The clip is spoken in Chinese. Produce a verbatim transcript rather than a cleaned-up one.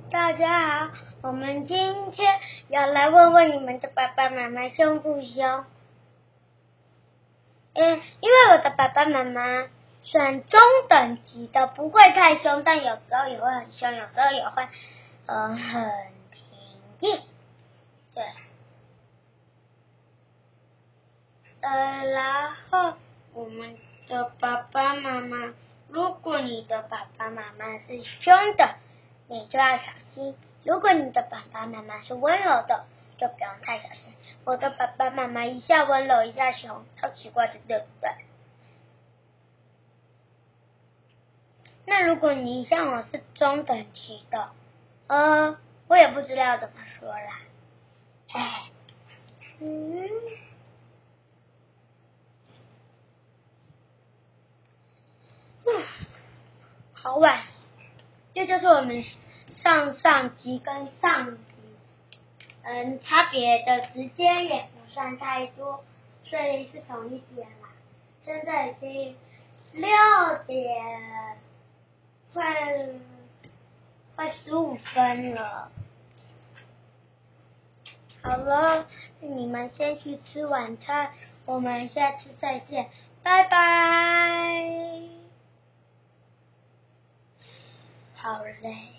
大家好，我们今天要来问问你们的爸爸妈妈凶不凶？嗯，因为我的爸爸妈妈算中等级的，不会太凶，但有时候也会很凶，有时候也会呃很平静。对，呃，然后我们的爸爸妈妈，如果你的爸爸妈妈是凶的，你就要小心；如果你的爸爸妈妈是温柔的，就不用太小心。我的爸爸妈妈一下温柔，一下凶，超奇怪的，对不对？那如果你像我是中等级的，呃，我也不知道怎么说啦。哎，嗯，好晚，这就是我们上上集跟上集，嗯，差别的时间也不算太多，所以是同一点啦。现在已经六点快快十五分了。好了，你们先去吃晚餐，我们下次再见，拜拜。好累。